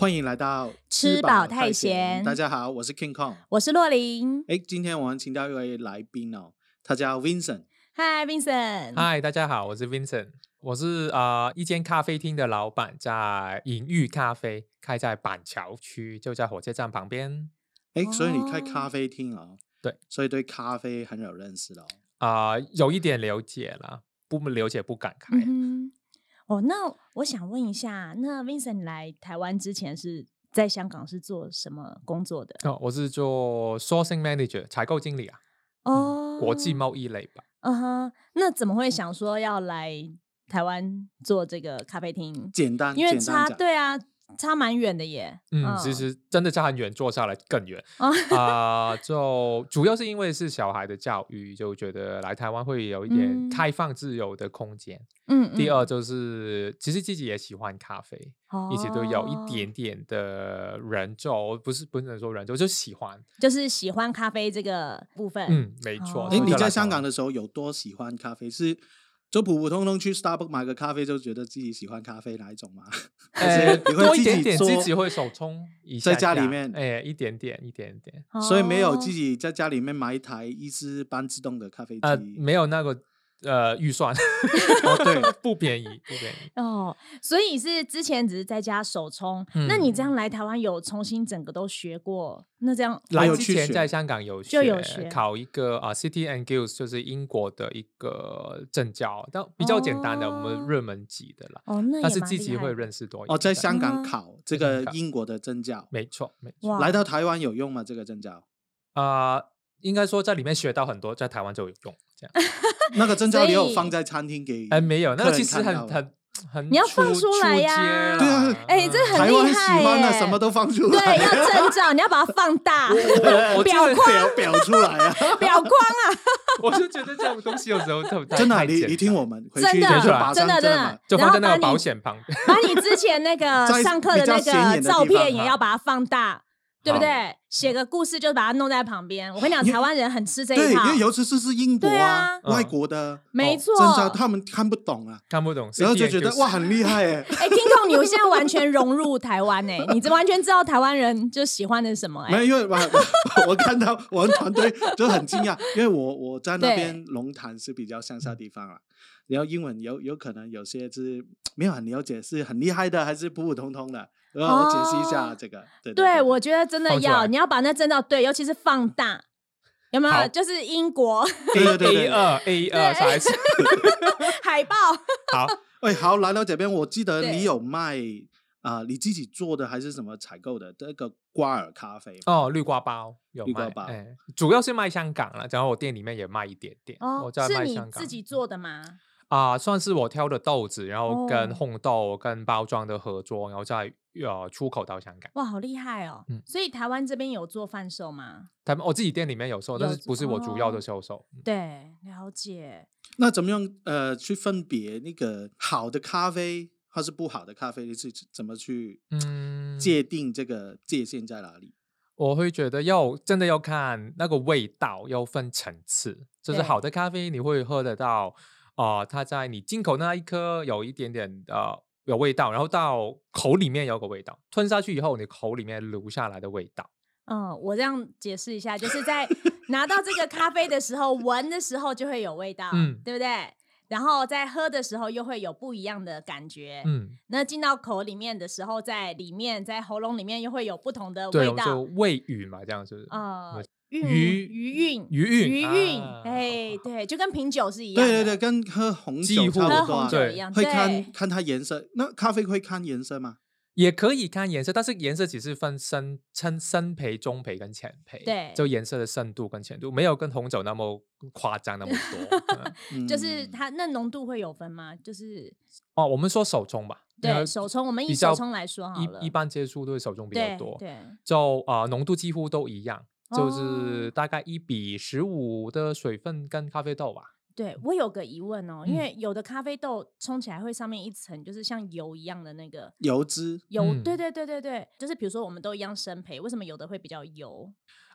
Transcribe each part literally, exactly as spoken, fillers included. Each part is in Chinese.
欢迎来到吃饱太闲。 大家好，我是 King Kong， 我是洛琳。 诶今天我们请到一位来宾哦，他叫 Vincent。 Hi Vincent。 嗨，大家好，我是 Vincent。 我是、呃、一间咖啡厅的老板，在隐喻咖啡，开在板桥区，就在火车站旁边。 诶所以你开咖啡厅哦？ 对， 所以对咖啡很有认识哦。 啊、有一点了解了，不了解不敢开。 嗯哦，那我想问一下，那 Vincent 来台湾之前是在香港是做什么工作的？ 哦，我是做 sourcing manager 采购经理啊。 哦、 嗯，国际贸易类吧。 嗯哼，那怎么会想说要来台湾做这个咖啡厅？ 简单， 因为差简单讲对啊，差蛮远的耶。 嗯， 嗯其实真的差很远，做下来更远哦啊、呃就主要是因为是小孩的教育，就觉得来台湾会有一点嗯开放自由的空间。 嗯第二就是其实自己也喜欢咖啡， 哦一直都有一点点的人咒，不是不能说人咒，就喜欢。 就是喜欢咖啡这个部分。 嗯，没错。 哦诶你在所以就来台湾香港的时候有多喜欢咖啡？是就普普通通去 Starbucks 买个咖啡就觉得自己喜欢咖啡哪一种吗？还呃， 是你会自己多一点点， 做自己会手冲一下在家里下面哎，一点点，一点点。 哦所以没有自己在家里面买一台伊斯班自动的咖啡机？ 呃，没有那个呃预算。 哦对不便宜，不便宜。 哦，所以是之前只是在家手冲、 嗯那你这样来台湾有重新整个都学过？那这样来有去学之前在香港有就有学考一个啊、呃、City and Guilds， 就是英国的一个证照，但比较简单的， 哦我们热门级的啦。 哦，那也但是蛮自己会厉害的认识多一点。 哦，在香港啊考这个在香港英国的证照， 没错，没错。 哇来到台湾有用吗？这个证照？ 啊、呃应该说在里面学到很多，在台湾就有用。这样， 那个证照所以你有放在餐厅给？ 哎、没有，那个客人其实很看到吗很很你要放出来呀出街啦对啊哎这很台湾喜厉害欢的耶什么都放出对， 来， 要证照，你要把它放大， 我就表框表表出来啊！ 表框啊， 我就觉得这种东西有时候就太真的啊，你太简单你听我们回真的去就马上真的真的马就放在那个然后把你保险旁边。 把你之前那个在上课的那比较显个照眼的地方片也要把它放大。对不好对？写个故事就把它弄在旁边。我跟你讲， 因为台湾人很吃这对， 一套因为。尤其是是英国对啊外国的没错证照，他们看不懂啊， 看不懂， 然后就觉得 City and Guilds 哇很厉害哎。 哎，听众，你现在完全融入台湾哎，你这完全知道台湾人就喜欢的是什么哎。 没有，因为我我看到我们团队就很惊讶，因为我我在那边龙潭是比较乡下地方啊，然后英文有有可能有些是没有很了解，是很厉害的还是普普通通的，然后我解释一下这个。对对对，我觉得真的要， 放出来你要把那证照对，尤其是放大，有没有？ 好就是英国对对对 A 对。 二 A 二啥意思？ 海报， 好， 哎，好，来到这边，我记得对你有卖啊、呃你自己做的还是什么采购的这个瓜尔咖啡吗？ 哦，绿瓜包有卖， 绿瓜包哎，主要是卖香港了，然后我店里面也卖一点点。 哦我，在是你卖香港自己做的吗？ 啊、算是我挑的豆子，然后跟哦烘豆、跟包装的合作，然后再呃出口到香港。 哇，好厉害哦！ 嗯所以台湾这边有做贩售吗？ 他们我自己店里面有售，但有是不是我主要哦的销售。嗯对，了解。 那怎么样呃去分别那个好的咖啡还是不好的咖啡？你是怎么去嗯界定这个界限在哪里？ 我会觉得要真的要看那个味道，要分层次。就是对好的咖啡，你会喝得到，呃，它在你进口那一颗有一点点呃有味道，然后到口里面有个味道，吞下去以后，你口里面留下来的味道。 嗯，我这样解释一下，就是在拿到这个咖啡的时候，闻的时候就会有味道， 嗯对不对？然后在喝的时候又会有不一样的感觉， 嗯， 那进到口里面的时候，在里面在喉咙里面又会有不同的对， 味道， 就味语嘛，这样是不是？ 呃， 余韵余韵余韵余韵， 啊哎，对，就跟品酒是一样的， 对对对，跟喝红几乎酒差喝不多啊。 对红酒一样， 会对看看它颜色，那咖啡会看颜色吗？ 也可以看颜色，但是颜色只是分深深深焙、中焙跟浅焙， 对就颜色的深度跟浅度，没有跟红酒那么夸张那么多。嗯嗯就是它那浓度会有分吗？就是哦，我们说手冲吧，因对为手冲，我们以比较手冲来说好了， 一一般接触都是手冲比较对多， 对， 就啊、呃浓度几乎都一样，就哦是大概一比十五的水分跟咖啡豆吧。 对我有个疑问哦，因嗯为有的咖啡豆冲起来会上面一层就是像油一样的那个油脂油， 嗯对对对对对，就是比如说我们都一样生焙，为什么有的会比较油？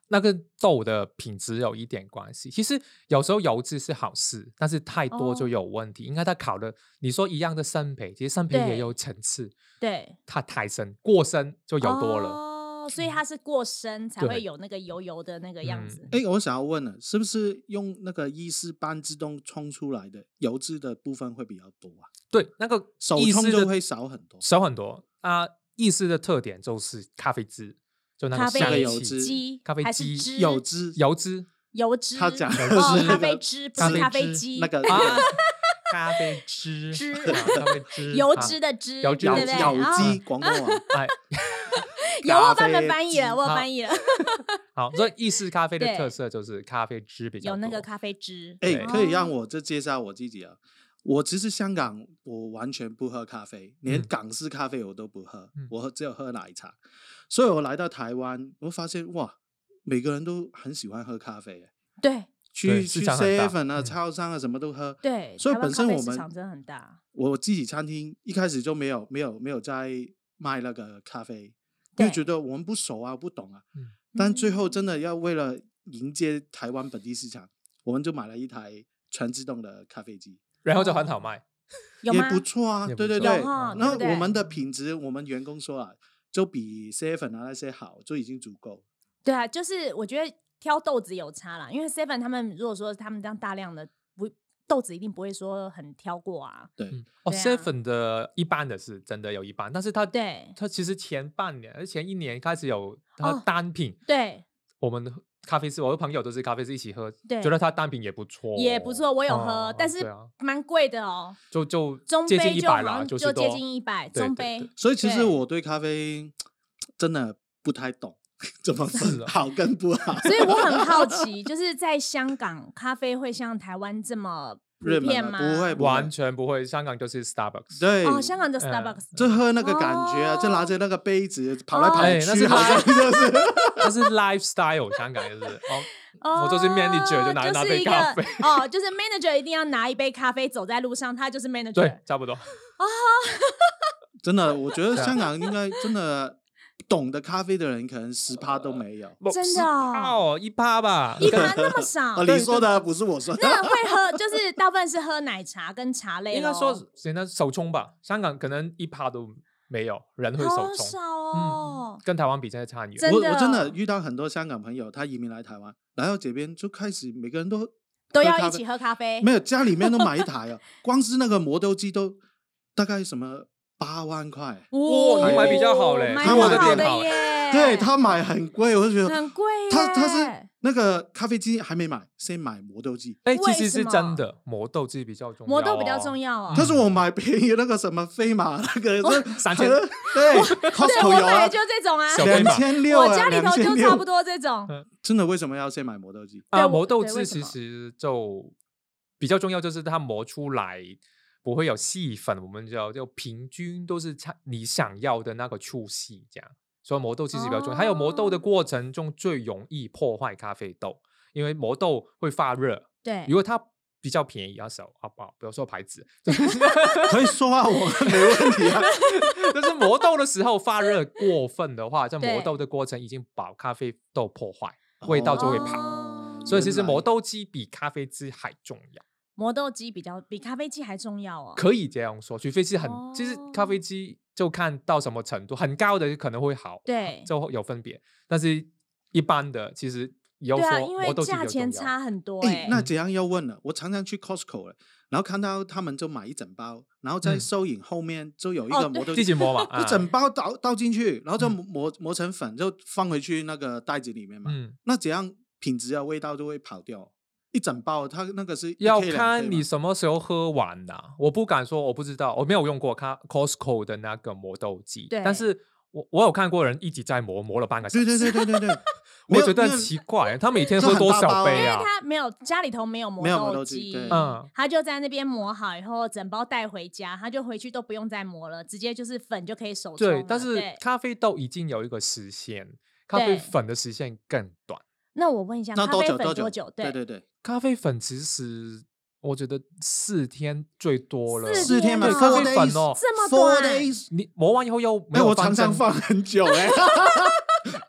那个豆的品质有一点关系。其实有时候油脂是好事，但是太多就有问题。 哦、 应该它烤的，你说一样的生培，其实生培也有层次， 对， 它太深，过深就油多了。 哦所以它是过深才会有那个油油的那个样子。 哎、嗯，我想要问了，是不是用那个意式半自动冲出来的油脂的部分会比较多啊？ 对，那个手冲就会少很多， 少很多啊。意式的特点就是咖啡汁，就那个香气，油脂， 咖啡机油脂， 油脂， 油脂。 他讲的是、 哦、咖啡汁，不是咖啡机， 那个。 啊咖啡汁， 汁， 咖啡汁， 油脂的汁， 油脂， 有机广东话。 哎， 有我帮你们翻译了，我翻译了。 好，所以意式咖啡的特色就是咖啡汁比较有那个咖啡汁。 哎、欸，可以让我这介绍我自己啊。我其实香港我完全不喝咖啡，连港式咖啡我都不喝，嗯、我只有喝奶茶。所以我来到台湾，我发现哇，每个人都很喜欢喝咖啡。 对。 去去 seven 啊、超商啊，什么都喝。 对， 所以本身我们市场真的很大。 我自己餐厅一开始就没有没有没有在卖那个咖啡，因为觉得我们不熟啊，不懂啊。嗯、但最后真的要为了迎接台湾本地市场，我们就买了一台全自动的咖啡机， 然后就很好卖， 也不错啊。对对对， 然后我们的品质，我们员工说啊，就比 seven 啊那些好，就已经足够。 对啊，就是我觉得。挑豆子有差啦，因为 seven 他们如果说他们这样大量的不豆子一定不会说很挑过啊。 对， 嗯、哦 ，seven 的一般的是真的有一般，但是它对它其实前半年、前一年开始有它单品。 哦、对， 我们咖啡师，我的朋友都是咖啡师一起喝， 对， 觉得它单品也不错、哦， 也不错，我有喝，哦、但是蛮贵的哦， 就就中接近一百啦， 就接近一百中杯。 所以其实我对咖啡真的不太懂。怎么分好跟不好？ 所以我很好奇，就是在香港，咖啡会像台湾这么普遍吗？ 不会， 完全不会。香港就是 Starbucks， 对， 哦，香港就 Starbucks，、 嗯、就喝那个感觉啊，哦、就拿着那个杯子跑来跑去， 哦、 好像就是那是 lifestyle， 香港就是哦。哦、我就是 manager 就拿拿杯咖啡哦，就是 manager 一定要拿一杯咖啡走在路上，他就是 manager， 对，差不多。 哦， 真的，我觉得香港应该真的。懂得咖啡的人可能十趴都没有， 真的哦，一趴吧， 一趴那么少。 哦、你说的不是我说的。 那会喝，就是大部分是喝奶茶跟茶类。 应该说现在手冲吧，香港可能一趴都没有人会手冲， 好少哦、 嗯，跟台湾比真的差很远。 真我我真的遇到很多香港朋友，他移民来台湾，来到这边就开始每个人都都要一起喝咖啡， 没有家里面都买一台哦，光是那个磨豆机都大概什么八万块， 哇，你买比较好嘞， 买我的店好耶。 对他买很贵，我就觉得很贵。 他他是那个咖啡机还没买，先买磨豆机。 哎、欸，其实是真的，磨豆机比较重要、哦。 磨豆比较重要哦。 但是我买便宜那个什么飞马那个， 哦、三千， 对 ，Costco 有啊， 就这种啊， 两千六， 我家里头就差不多这种。 真的，为什么要先买磨豆机啊？磨豆机其实就比较重要，就是它磨出来不会有细粉，我们叫就平均都是你想要的那个粗细这样。所以磨豆其实比较重要，还有磨豆的过程中最容易破坏咖啡豆，因为磨豆会发热。 对， 如果它比较便宜，啊少好不好？不要说牌子， 可以说啊，我没问题啊。 但是磨豆的时候发热过分的话，在磨豆的过程已经把咖啡豆破坏，味道就会跑。哦、所以其实磨豆机比咖啡机还重要。 磨豆机比较比咖啡机还重要哦， 可以这样说，除非是很，哦、其实咖啡机就看到什么程度，很高的可能会好， 对， 就有分别。但是一般的其实有说， 对啊，因为价钱差很多哎、欸欸。那怎样要问了？我常常去 Costco 了，然后看到他们就买一整包，然后在收银后面就有一个磨豆机， 自己磨嘛， 就整包倒倒进去，然后就磨磨成粉，就放回去那个袋子里面嘛。嗯，那怎样品质啊味道就会跑掉。一整包，它那个是要看你什么时候喝完的、啊。我不敢说，我不知道，我没有用过它 Costco 的那个磨豆机，但是我我有看过人一直在磨，磨了半个小时。 对对对对对对， 我觉得很奇怪，他每天喝多少杯啊？ 因为他没有家里头没有磨豆机，嗯，他就在那边磨好以后，整包带回家，他就回去都不用再磨了，直接就是粉就可以手冲了。 对，但是咖啡豆已经有一个时限，咖啡粉的时限更短。 那我问一下，咖啡粉多久？ 对对对， 咖啡粉其实我觉得四天最多了， 四天嘛， 咖啡粉哦， 这么短， 你磨完以后又没有， 我常常放很久哎，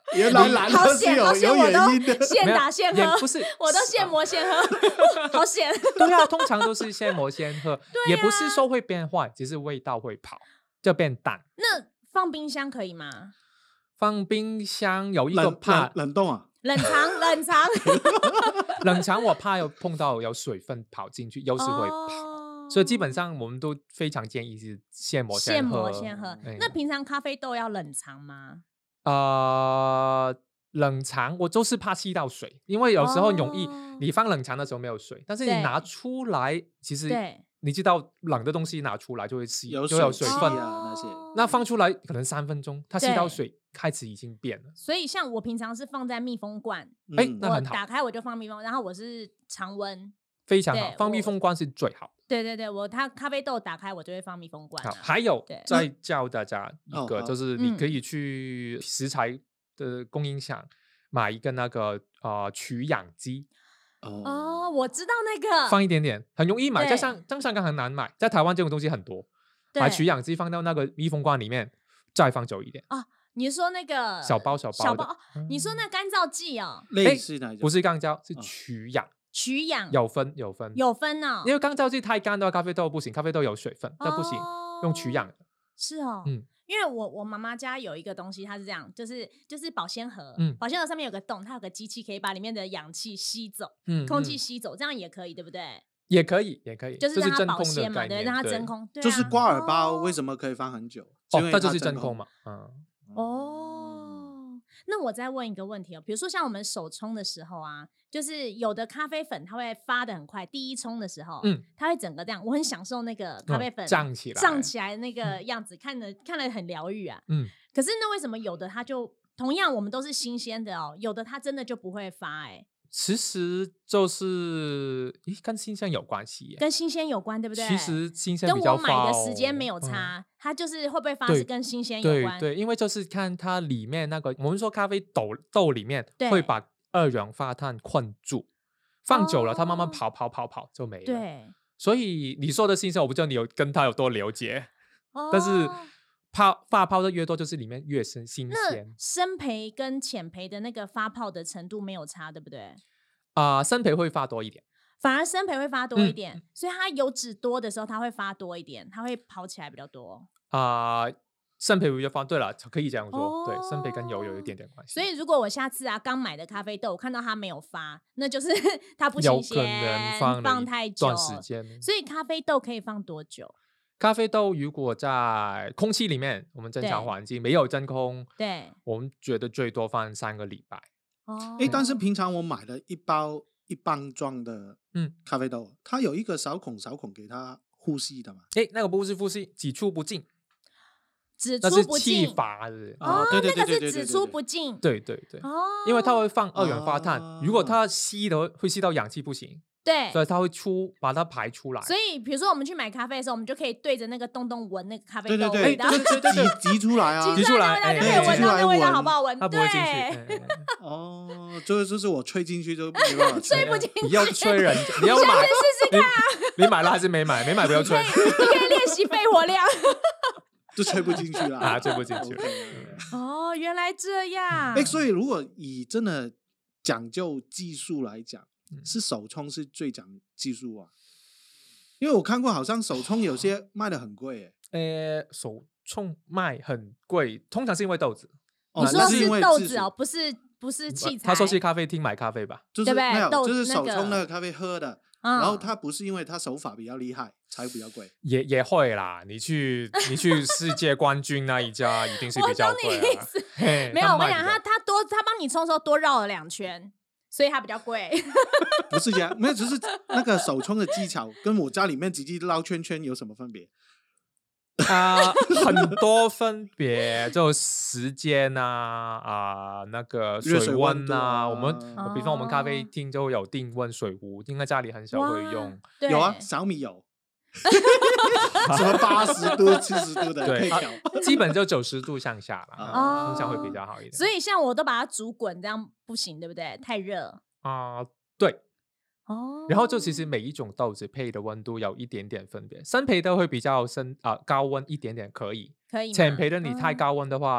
原来蓝好的是有险好险， 有我原因的。 都现打现喝， 也不是， 我都现磨现喝，好险。 对啊，通常都是现磨现喝， 啊也不是说会变坏，只是味道会跑，就变淡。 那放冰箱可以吗？ 放冰箱有一个冷怕冷冷冻啊， 冷藏冷藏， 冷藏我怕有碰到有水分跑进去，有时会跑。 哦， 所以基本上我们都非常建议是现磨现喝。 磨现喝。 哎那平常咖啡豆要冷藏吗？ 呃，冷藏我就是怕吸到水，因为有时候容易哦你放冷藏的时候没有水，但是你对拿出来，其实对你知道冷的东西拿出来就会吸， 有就有水分。 水汽啊那些哦那放出来可能三分钟，它吸到对水开始已经变了。 所以像我平常是放在密封罐， 哎、 嗯我那很好， 打开我就放密封，然后我是常温。 非常好对， 放密我封罐是最好。 对对对，我它咖啡豆打开我就会放密封罐、 好， 啊。 还有对再教大家一个， 哦好就是你可嗯以去食材的供应商买一个那个呃取氧机， 哦哦，我知道那个， 放一点点，很容易买，在对香在香港很难买，在台湾这种东西很多， 对买取氧机放到那个密封罐里面，再放久一点， 哦，你说那个小包小包的小包，哦嗯你说那干燥剂哦， 类似那种不是钢胶，是哦取氧， 取氧有分有分有分哦， 因为钢胶剂太干的话，咖啡豆不行，咖啡豆有水分，这不行，用取氧的。 是哦， 嗯因为我我妈妈家有一个东西，它是这样，就是就是保鲜盒， 嗯保鲜盒上面有个洞，它有个机器可以把里面的氧气吸走， 嗯， 空气嗯吸走，这样也可以，对不对？ 也可以，也可以， 就是让它这真空的保鲜嘛，对， 概念让它对真空，对啊就是挂耳包，为么？ 什么可以放很久？ 哦因为， 那就是它真真空嘛，嗯。 哦，那我再问一个问题哦，比如说像我们手冲的时候啊，就是有的咖啡粉它会发的很快，第一冲的时候， 嗯， 它会整个这样，我很享受那个咖啡粉胀起来胀起来的那个样子，看着看着很疗愈啊。 嗯， 可是那为什么有的它就同样我们都是新鲜的哦，有的它真的就不会发哎、 其实就是咦，跟新鲜有关系耶。 跟新鲜有关，对不对？ 其实新鲜跟比较我买的发哦时间没有嗯差，它就是会不会发对是跟新鲜有关。 对对，因为就是看它里面那个，我们说咖啡豆豆里面对会把二氧化碳困住，放久了它慢慢哦跑跑跑跑就没了。， 对， 所以你说的新鲜，我不知道你有跟它有多了解， 哦但是泡发泡的越多，就是里面越新新那鲜。 深培跟浅培的那个发泡的程度没有差，对不对？ 啊、生培会发多一点。 反而深培会发多一嗯点，所以它油脂多的时候，它会发多一点，它会跑起来比较多。 啊、生培比较方对了，可以这样说， 哦对，生培跟油有一点点关系， 所以如果我下次啊刚买的咖啡豆，我看到它没有发，那就是它不有可新鲜， 能放了一太久段时间。 所以咖啡豆可以放多久？ 咖啡豆如果在空气里面，我们正常对环境没有真空， 对， 我们觉得最多放三个礼拜。 哦， 哎，但是平常我买了一包一磅装的嗯咖啡豆，它有一个小孔小孔给它呼吸的嘛。 诶，那个不是呼吸，挤出不进， 只那是出不进。 气阀的。 哦， 对对那个是对对对对对只出不进。 对对对， 哦， 因为它会放二氧化碳，如果哦它吸的会吸到氧气不行， 对， 所以它会出把它排出来。 所以比如说我们去买咖啡的时候，我们就可以对着那个洞洞闻那个咖啡豆对对对， 味道， 就是对对对挤挤出来啊。 挤出来那味道就可以哎闻到那味道挤出来好不好闻？ 它不会进去。 对， 哎哎哎哦，这个就是我吹进去就没办法吹吹不进你要吹人家，你要买试试看你买了还是没买？没买不要吹你可以练习肺活量。 就吹不进去了啊，吹不进去了。 OK，OK，OK 哦，原来这样。 哎，所以如果以真的讲究技术来讲， 嗯是手冲是最讲技术啊。因为我看过，好像手冲有些卖的很贵，哎， 呃，手冲卖很贵，通常是因为豆子。 哦你说那是因为豆子哦， 制作不是不是器材。 他说去咖啡厅买咖啡吧。 就是对不对没有， 豆就是手那个冲那个咖啡喝的， 嗯， 然后它不是因为它手法比较厉害才比较贵。 也也会啦，你去你去世界冠军那一家一定是比较我懂你贵啊的意思。 嘿没有，我跟你讲， 他卖比较他他多他帮你冲的时候多绕了两圈，所以它比较贵。 不是这样，没有，只是那个手冲的技巧跟我家里面直接绕圈圈有什么分别？ 啊、很多分别，就时间啊啊、那个热水水温度温啊， 啊我们哦比方我们咖啡厅就有定温水壶，因为家里很少会用。 对有啊，小米有，什么八十度、七十度的可对啊以调。 基本就九十度上下了， 哦通常会比较好一点。 所以像我都把它煮滚，这样不行，对不对？太热啊、对， 哦。 然后就其实每一种豆子配的温度有一点点分别，深焙的会比较深啊、高温一点点可以， 可以吗浅焙的你太嗯高温的话，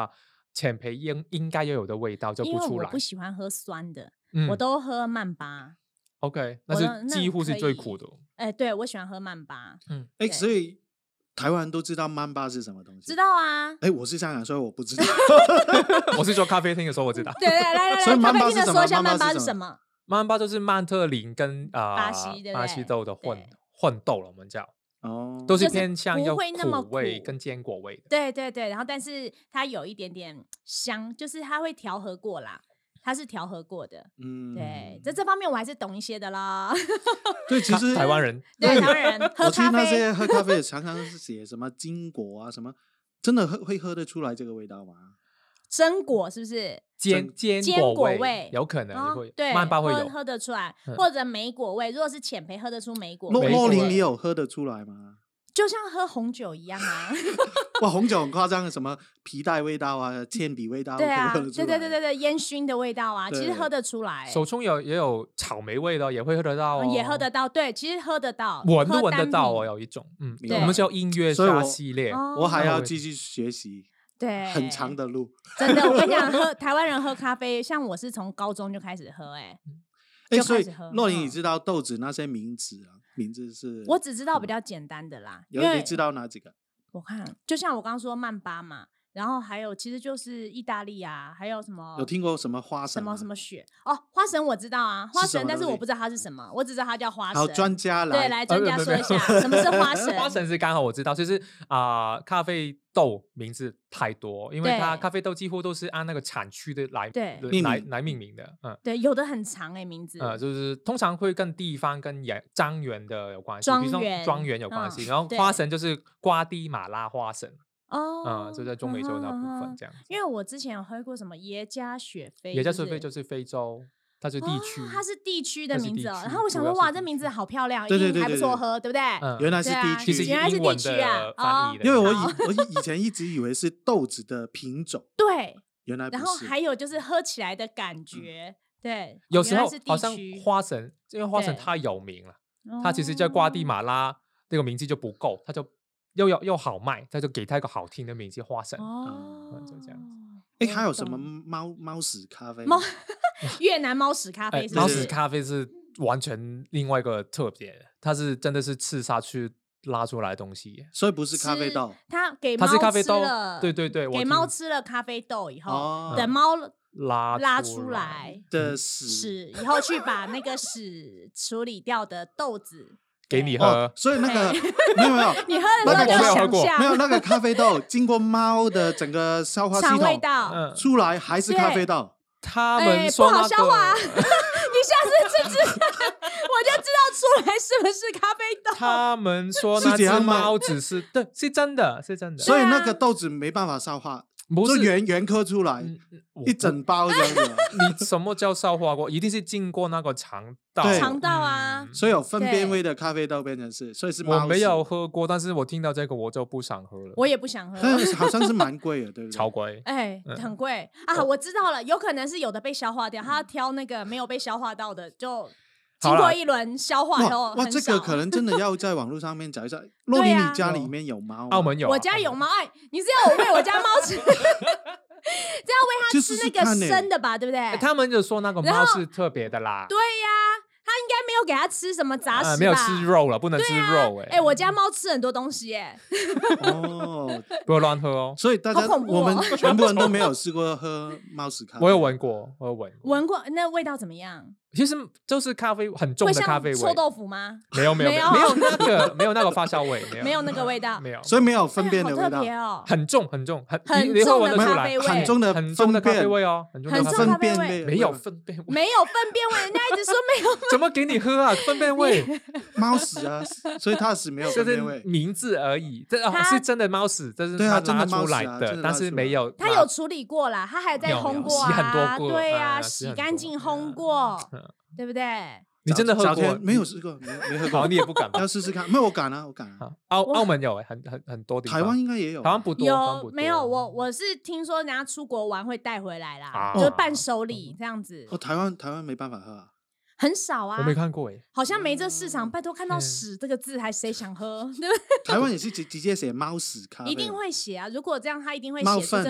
浅焙应应该要有的味道就不出来。 因为我不喜欢喝酸的， 嗯、 我都喝曼巴。 OK， 那是几乎是最苦的。 哎、欸，对，我喜欢喝曼巴。 嗯，哎、欸，所以台湾人都知道曼巴是什么东西？ 知道啊。 哎、欸，我是香港，所以我不知道。 我是说咖啡厅的时候我知道。 对对，来来来， 所以咖啡厅的说一下曼巴是什么？ 曼巴就是曼特林跟啊、呃、 巴西对巴西豆的混混豆了，我们叫。 哦， 都是偏向要苦味跟坚果味的。 对对对，然后但是它有一点点香，就是它会调和过啦，它是调和过的。嗯，对，在这方面我还是懂一些的啦。 对，其实台湾人， 对台湾人喝咖啡， 我去那些喝咖啡常常是写什么金果啊什么，真的喝会喝得出来这个味道吗？ 榛果是不是？ 坚坚果味, 味有可能哦会， 对， 曼巴会有喝, 喝得出来，嗯、或者莓果味。如果是浅焙，喝得出莓果味。洛林，你有喝得出来吗？ 就像喝红酒一样啊！ 哇，红酒很夸张，什么皮带味道啊、铅笔味道， 对啊， 喝得出来对对对对对，烟熏的味道啊，其实喝得出来。 手冲有也有草莓味的，也会喝得到哦， 也喝得到。对，其实喝得到， 闻都闻得到哦，有一种，嗯，我们叫音乐沙系列， 我, 我还要继续学习。 对， 很长的路， 真的。我跟你讲，喝台湾人喝咖啡，像我是从高中就开始喝、欸，哎、 欸，就开始喝。洛林，你知道豆子那些名字啊？名字是？ 我只知道比较简单的啦。 有你知道哪几个？ 我看，就像我刚刚说曼巴嘛，然后还有其实就是意大利啊，还有什么？ 有听过什么花神？ 什么什么雪？哦，花神我知道啊，花神，但是我不知道它是什么，我只知道它叫花神。 好，专家来， 对，来专家说一下，什么是花神？ 花神是刚好我知道，就是啊、呃，咖啡豆名字太多，因为它咖啡豆几乎都是按那个产区的来对来来命名的，嗯， 对，有的很长哎、欸、名字， 呃，就是通常会跟地方跟庄园的有关系， 庄园庄园有关系， 嗯、 然后花神就是瓜地马拉花神。 哦， 嗯，就在中美洲那部分这样子。 因为我之前有喝过什么耶加雪菲， 耶加雪菲就是非洲，它是地区， 哦、它是地区的名字哦。然后我想说，哇，这名字好漂亮， 对对对， 还不错喝，对不对？ 嗯、原来是地区， 原来是地区啊。 哦， 因为我以我以前一直以为是豆子的品种， 对， 原来不是。 然后还有就是喝起来的感觉，嗯、对， 有时候好像花神，因为花神太有名了，它其实叫瓜地马拉这个名字就不够，它就。又要又好卖，他就给他一个好听的名字，花神。 哦， 嗯、就这样子。 哎、欸，还有什么猫猫屎咖啡？ 猫越南猫屎咖啡是不是？ 猫屎咖啡是完全另外一个特别，它是真的是吃下去拉出来的东西， 所以不是咖啡豆。 它给猫吃了，它是咖啡豆，对对对， 给猫吃了咖啡豆以后， 哦、 等猫拉拉出来的屎屎以后，去把那个屎处理掉的豆子。 给你喝、 哦，所以那个没有没有， 你喝的时候就想象没有那个咖啡豆经过猫的整个消化系统味道出来还是咖啡豆。 他们说、那個欸、不好消化、啊，你下次吃吃看，我就知道出来是不是咖啡豆。 他们说那只猫只是对，是真的，是真的。 所以那个豆子没办法消化。 不是原原颗出来、嗯、一整包这样子。 你什么叫消化过？一定是经过那个肠道。 肠道啊、 嗯，所以有粪便味的咖啡豆变成是，所以是猫屎。 我没有喝过，但是我听到这个我就不想喝了。 我也不想喝， 但是好像是蛮贵的，对不对？ 超贵， 哎、欸嗯，很贵啊！我知道了，有可能是有的被消化掉，他挑那个没有被消化到的就。经过一轮消化以后， 哇，这个可能真的要在网络上面找一下。洛林，你家里面有猫？ 澳门有、啊， 我家有猫。哎，你是要我喂我家猫吃？这要喂它吃那个生的吧，对不对？ 欸、他们就说那个猫是特别的啦。 对呀、啊，他应该没有给它吃什么杂食吧、 呃、没有吃肉了，不能吃肉、欸。 哎、啊欸，我家猫吃很多东西、欸，哎。 哦， 不要乱喝哦。 所以大家、 哦、 我们全部人都没有试过喝猫屎咖啡。 我有闻过，我有闻过。 闻过，那味道怎么样？ 其实就是咖啡很重的咖啡味， 臭豆腐吗？ 没有没有没有没有那个没有那个发酵味，没有没有那个味道， 没有， 所以没有粪便的味道， 哎哦、 很重很重很很重的咖啡味， 很重的很重的咖啡味哦， 很重的咖啡味， 没有粪便味， 没有粪便味，人家一直说没有， 怎么给你喝啊？粪便味， 猫屎啊，所以它屎没有粪便味， 名字而已，这是真的猫屎，这是它拉出来的，但是没有， 它有处理过啦，它还在烘过啊， 洗很多过， 对啊，洗干净烘过。对不对？ 你真的喝过？ 没有试过，没没喝过。 你也不敢吧？ 要试试看。没有，我敢啊，我敢啊。 澳澳门有，很很很多地方。 台湾应该也有， 台湾不多。 有没有？我我是听说人家出国玩会带回来啦，就是伴手礼这样子。 哦，台湾台湾没办法喝啊， 很少啊。 我没看过哎， 好像没这市场。拜托，看到屎这个字，还谁想喝？对不对？ 台湾也是直直接写猫屎咖啡， 一定会写啊。如果这样，他一定会写这个。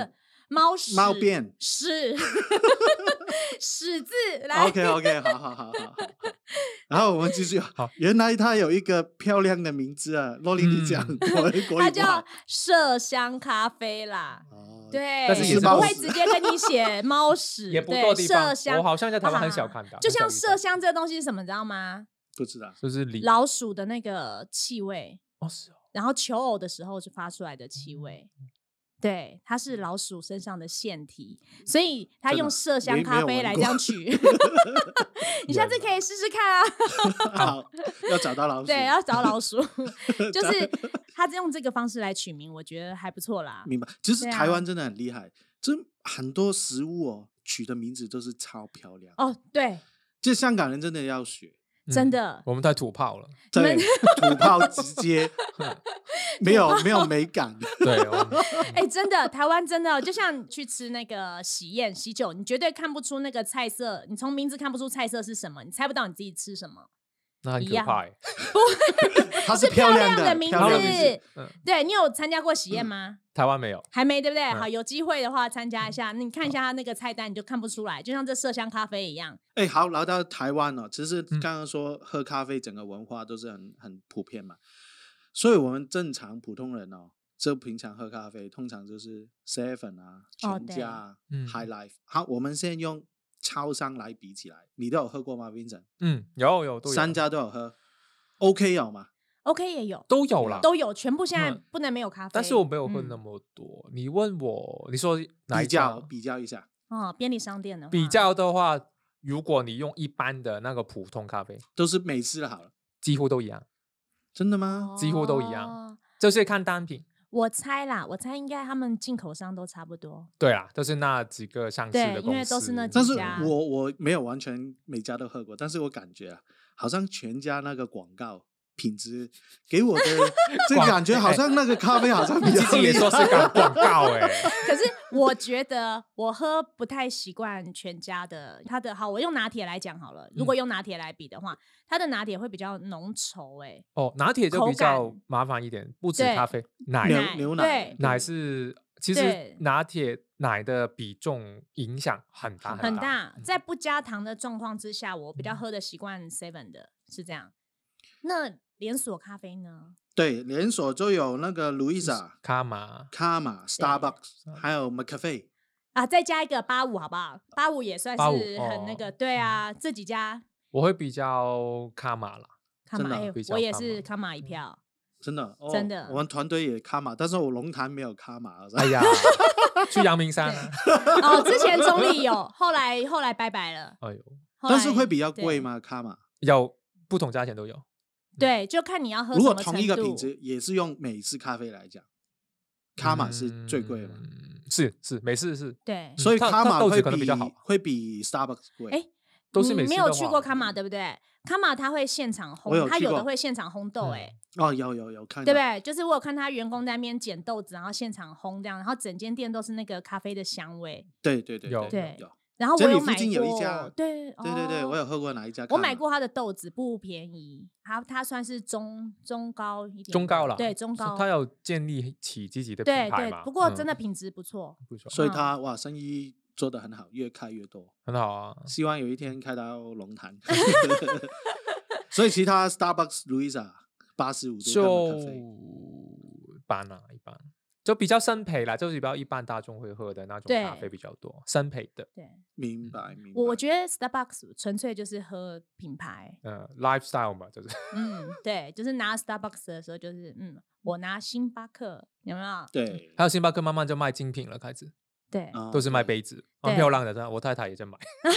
猫屎猫便屎屎字来 OK OK 好好好好好，然后我们继续。好，原来它有一个漂亮的名字啊，洛琳你讲、嗯、 它叫麝香咖啡啦。 哦， 对， 但是也是不会直接跟你写猫屎也不多地方麝香我好像在台湾很少看到、啊、 就像麝香这个东西是什么你知道吗？ 不知道， 就是老鼠的那个气味、 哦是哦、 然后求偶的时候就发出来的气味、嗯、对，它是老鼠身上的腺体，所以它用麝香咖啡来这样取你下次可以试试看啊好，要找到老鼠， 对，要找老鼠就是他用这个方式来取名，我觉得还不错啦。 明白，其实台湾真的很厉害、啊、这很多食物哦取的名字都是超漂亮哦，对， 这香港人真的要学， 真的、 嗯、我们太土炮了， 对，土炮直接没有没有美感对哎、欸，真的台湾真的就像去吃那个喜宴喜酒，你绝对看不出那个菜色，你从名字看不出菜色是什么，你猜不到你自己吃什么， 那很可怕耶， 它是漂亮的名字， 嗯、 对，你有参加过喜宴吗、嗯？ 台湾没有， 还没，对不对、嗯？好，有机会的话参加一下，你看一下它那个菜单，你就看不出来，就像这麝香咖啡一样。 哎、欸，好，来到台湾哦，其实刚刚说喝咖啡整个文化都是很很普遍嘛，所以我们正常普通人哦，就平常喝咖啡，通常就是 seven 啊、全家啊、哦、High Life。好，我们先用超商来比起来，你都有喝过吗 ，Vincent？ 嗯，有有都有， 三家都有喝 ，OK 有吗 ？OK 也有， 都有啦， 都有，全部现在不能没有咖啡。嗯、 但是我没有喝那么多。嗯、你问我，你说哪一家？ 比较比较一下。 哦，便利商店的话， 比较的话，如果你用一般的那个普通咖啡， 都是美式好了， 几乎都一样。 真的吗？ 哦、 几乎都一样，就是看单品。 我猜啦，我猜应该他们进口商都差不多。 对啦，都是那几个上市的公司， 对，因为都是那几家。但是我我没有完全每家都喝过，但是我感觉啊，好像全家那个广告品质给我的这感觉，好像那个咖啡好像比较自己也说是广告哎、欸。 可是我觉得我喝不太习惯全家的，它的好，我用拿铁来讲好了。如果用拿铁来比的话，它的拿铁会比较浓稠哎、欸。 哦，拿铁就比较麻烦一点，不止咖啡，奶牛牛奶， 奶是其实拿铁奶的比重影响很大很大。在不加糖的状况之下，我比较喝的习惯 seven 的，是这样。那连锁咖啡呢？ 对，连锁就有那个 Louisa、 卡玛、 卡玛、Starbucks， 还有 McCafe 啊，再加一个八五，好不好？八五也算是很那个，哦、对啊，这几家我会比较卡玛啦， 卡玛、欸，我也是卡玛一票， 真的，哦、 真的， 我们团队也卡玛，但是我龙潭没有卡玛。 哎呀，去阳明山啊！ 哦，之前中立有，后来后来拜拜了。 哎呦， 但是会比较贵吗？卡玛有不同价钱都有。 对，就看你要喝什么程度。 如果同一个品质，也是用美式咖啡来讲，卡玛是最贵的嘛、 嗯？是是，美式是。 对， 所以卡玛会比可能比较好， 会比 Starbucks 贵。 哎， 都是美式的。 你没有去过卡玛对不对？卡玛它会现场烘，它有的会现场烘豆、欸，哎、 嗯。哦，有有有看到， 对不对？就是我有看他员工在那边捡豆子，然后现场烘这样，然后整间店都是那个咖啡的香味。 对对对， 有对有。 然后我有买过， 有一家， 对对对对，我有喝过哪一家？ 我买过他的豆子，不便宜，它它算是中中高一点， 中高了， 对中高。 他要建立起自己的品牌嘛， 对对，不过真的品质不错， 不错。 所以他哇，生意做得很好，越开越多， 很好啊。 希望有一天开到龙潭。所以其他 Starbucks、Louisa 八十五度咖啡， 一般啊，一般。就比较生培啦，就是比较一般大众会喝的那种咖啡比较多，生培的。 对， 明白明白。 我觉得 Starbucks 纯粹就是喝品牌， 嗯 ，lifestyle 嘛，就是。 嗯，对，就是拿 Starbucks 的时候，就是嗯，我拿星巴克，有没有？ 对， 还有星巴克慢慢就卖精品了，开始。 对， 都是卖杯子，蛮漂亮的，我太太也在买。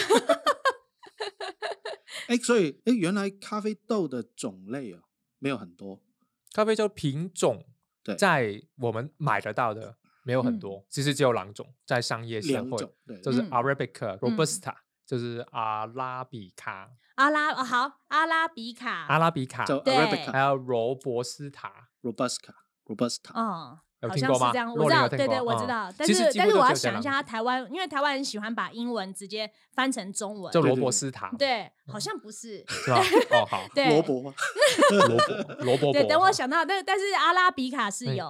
哎，所以哎，原来咖啡豆的种类哦没有很多， 咖啡豆品种。 对， 在我们买得到的没有很多，嗯、其实只有两种，在商业社会就是 Arabica、Robusta，、嗯、就是阿拉比卡。 阿拉、哦、好，阿拉比卡， 阿拉比卡， 对， 还有罗伯斯塔 ，Robusta，Robusta， 哦。 有听过吗？ 好像是这样，我知道，对对，我知道。 嗯、 但是但是我要想一下，台湾因为台湾人喜欢把英文直接翻成中文， 就罗伯斯塔。 对，好像不是， 是吧？哦，好， 罗伯， 罗伯，罗伯。 对，等我想到，但但是阿拉比卡是有，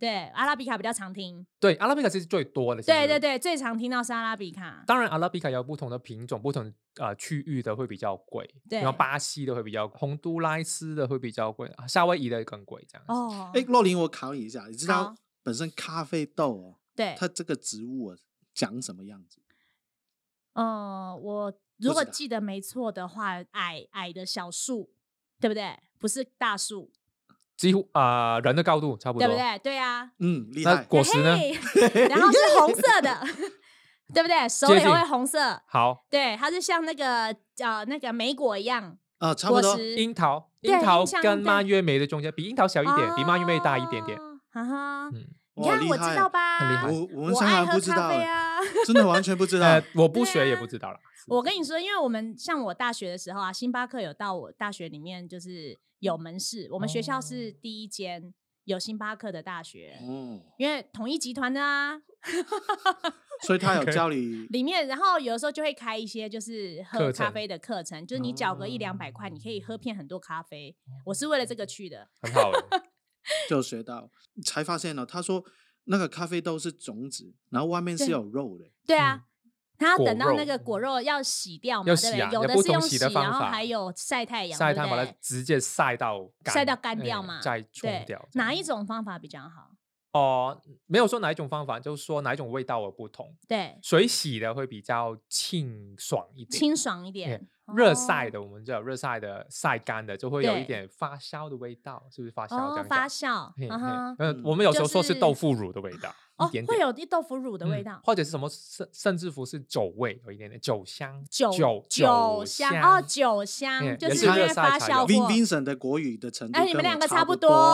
对，阿拉比卡比较常听。 对，阿拉比卡是最多的。 对对对，最常听到是阿拉比卡。 当然，阿拉比卡有不同的品种，不同呃区域的会比较贵。 对， 然后巴西的会比较，洪都拉斯的会比较贵，夏威夷的更贵这样子。 哦， 哎，若琳，我考你一下，你知道本身咖啡豆哦， 对， 它这个植物啊长什么样子？ 嗯，我如果记得没错的话，矮矮的小树，对不对？不是大树。 几乎啊、呃，人的高度差不多， 对不对？对啊， 嗯，厉害。 果实呢？ 然后是红色的，对不对？熟了以后会红色。 好， 对，它是像那个呃那个莓果一样啊、呃，差不多。 樱桃，樱桃跟蔓越莓的中间，比樱桃小一点，哦、比蔓越莓大一点点。 哈哈， 嗯， 你看我知道吧？ 很厉害。 我我们香港不知道啊， 真的完全不知道。 呃、我不学也不知道了。 我跟你说，因为我们像我大学的时候啊，星巴克有到我大学里面就是有门市，我们学校是第一间有星巴克的大学，哦，因为统一集团的啊， 所以他有教你里面，然后有的时候就会开一些就是喝咖啡的课程，就是你缴个一两百块，你可以喝遍很多咖啡。我是为了这个去的， 很好就学到才发现了，他说那个咖啡豆是种子，然后外面是有肉的， 对啊。他等到那个果肉要洗掉嘛， 要洗啊、 对不对？有的是用洗，然后还有晒太阳， 晒太阳把它直接晒到干晒到干掉嘛， 欸、再冲掉。 哪一种方法比较好？ 哦、呃，没有说哪一种方法，就是说哪一种味道而不同。 对， 水洗的会比较清爽一点， 清爽一点。 热、欸、晒的，我们知道热晒的晒干的就会有一点发酵的味道，是不是发酵？ 哦， 这样发酵。 嗯，嗯我们有时候说是豆腐乳的味道。就是哦，会有一豆腐乳的味道、 嗯，或者是什么甚甚至乎是酒味，有一点点酒香， 酒酒酒香哦，酒香、嗯、就是因为发酵过。 Vincent 的国语的程度， 哎，你们两个差不多。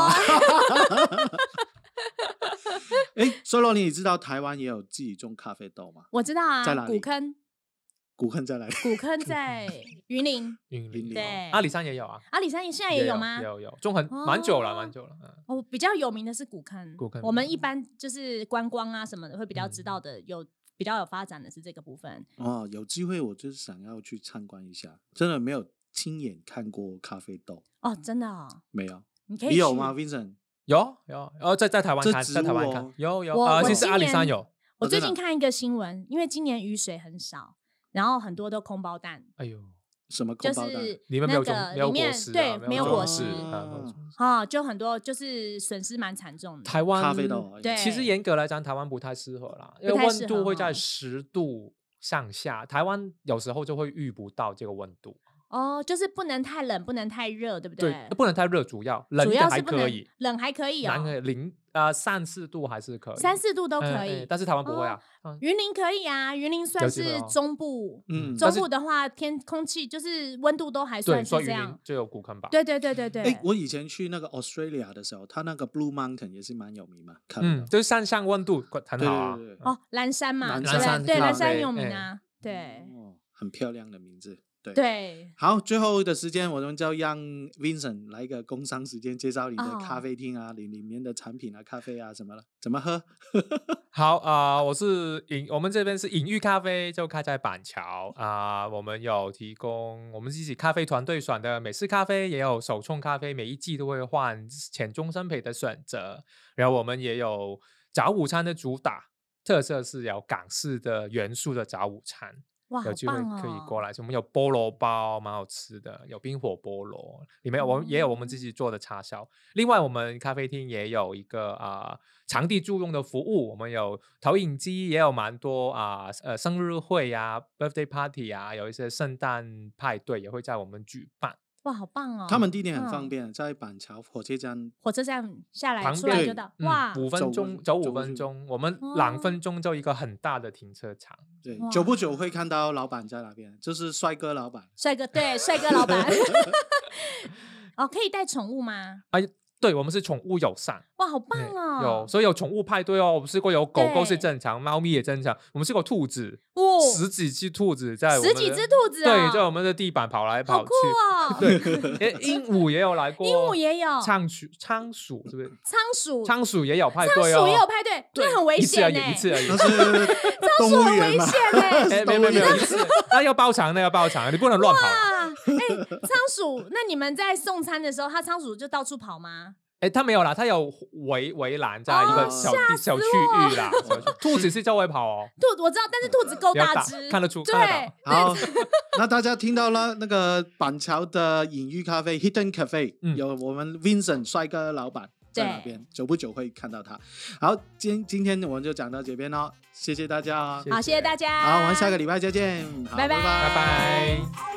哎，所以若你知道台湾也有自己种咖啡豆吗？ 我知道啊， 在哪里？ 古坑。 古坑在哪里？ 古坑在云林。 云林对， 阿里山也有啊。 阿里山现在也有吗？ 有有，种很蛮久了，蛮久了。 哦，比较有名的是古坑。 古坑， 我们一般就是观光啊什么的会比较知道的，有比较有发展的是这个部分。 哦，有机会我就是想要去参观一下，真的没有亲眼看过咖啡豆。 哦，真的哦？ 没有。 你可以。 你有吗 ，Vincent？ 有有，然后在在台湾看，在台湾看，有有啊，其实阿里山有。 我最近看一个新闻，因为今年雨水很少。然后很多都空包蛋， 哎呦， 什么空包蛋？ 就是里面没有种， 没有果实，对，没有果实啊， 就很多就是损失蛮惨重的。 台湾咖啡豆， 对， 其实严格来讲，台湾不太适合啦，因为温度会在十度上下，台湾有时候就会遇不到这个温度。 哦，就是不能太冷，不能太热，对不对？ 对，不能太热，主要冷的还可以， 冷还可以哦， 零呃三四度还是可以， 三四度都可以， 嗯嗯、但是台湾不会啊。 哦、云林可以啊，云林算是中部， 嗯， 中部的话天空气就是温度都还算是这样， 就有古坑吧。 对对对对对。 哎，我以前去那个 Australia 的时候，它那个 Blue Mountain 也是蛮有名嘛， 嗯，就是山上温度很好啊。 对对对哦，蓝山嘛， 蓝山对蓝山有名啊，对， 哦，很漂亮的名字。对, 对， 好，最后的时间我们就让 Vincent 来一个工商时间，介绍你的咖啡厅啊，里、哦、里面的产品啊，咖啡啊什么了，怎么喝？ 好啊、呃，我是隐，我们这边是隐喻咖啡，就开在板桥啊、呃。我们有提供我们自己咖啡团队选的美式咖啡，也有手冲咖啡，每一季都会换浅中深焙的选择。然后我们也有早午餐的主打，特色是有港式的元素的早午餐。 哇， 有机会可以过来，我们有菠萝包，蛮好吃的，有冰火菠萝，里面我们也有我们自己做的叉烧。另外，我们咖啡厅也有一个啊、呃、场地租用的服务，我们有投影机，也有蛮多啊 呃, 呃生日会啊 ，birthday party 啊，有一些圣诞派对也会在我们举办。 哇，好棒哦！ 他们地点很方便，嗯、在板桥火车站， 火车站下来出来就到。哇， 五、嗯、分钟走五分钟，我们两分钟就一个很大的停车场。 对，久不久会看到老板在那边，就是帅哥老板。 帅哥，对，帅哥老板。哦，可以带宠物吗？ 哎。对，我们是宠物友善。 哇，好棒哦！ 有，所以有宠物派对哦。我们试过有狗狗是正常，猫咪也正常。我们试过兔子，哦，十几只兔子在我们十几只兔子、哦， 对，在我们的地板跑来跑去。 好酷哦！ 对，鹦鹉也有来过， 鹦鹉也有， 仓鼠，仓鼠是不是？ 仓鼠， 仓鼠也有派对哦， 仓鼠也有派对，对，很危险呢，一次而已， 一次而已。 仓鼠很危险呢， 没有没有没有一次，那要包场，那要包场，你不能乱跑。 哎，仓鼠，那你们在送餐的时候，它仓鼠就到处跑吗？ 哎，它没有啦，它有围围栏在一个小、哦、小区域啦。兔子是周围跑哦， 兔我知道，但是兔子够大只， 看得出。 对， 好，那大家听到了那个板桥的隐喻咖啡 Hidden Cafe、嗯、有我们 Vincent 帅哥老板在那边，久不久会看到他。好，今今天我们就讲到这边哦，谢谢大家、哦， 好，谢谢大家， 好，我们下个礼拜再见， 拜拜， 拜拜。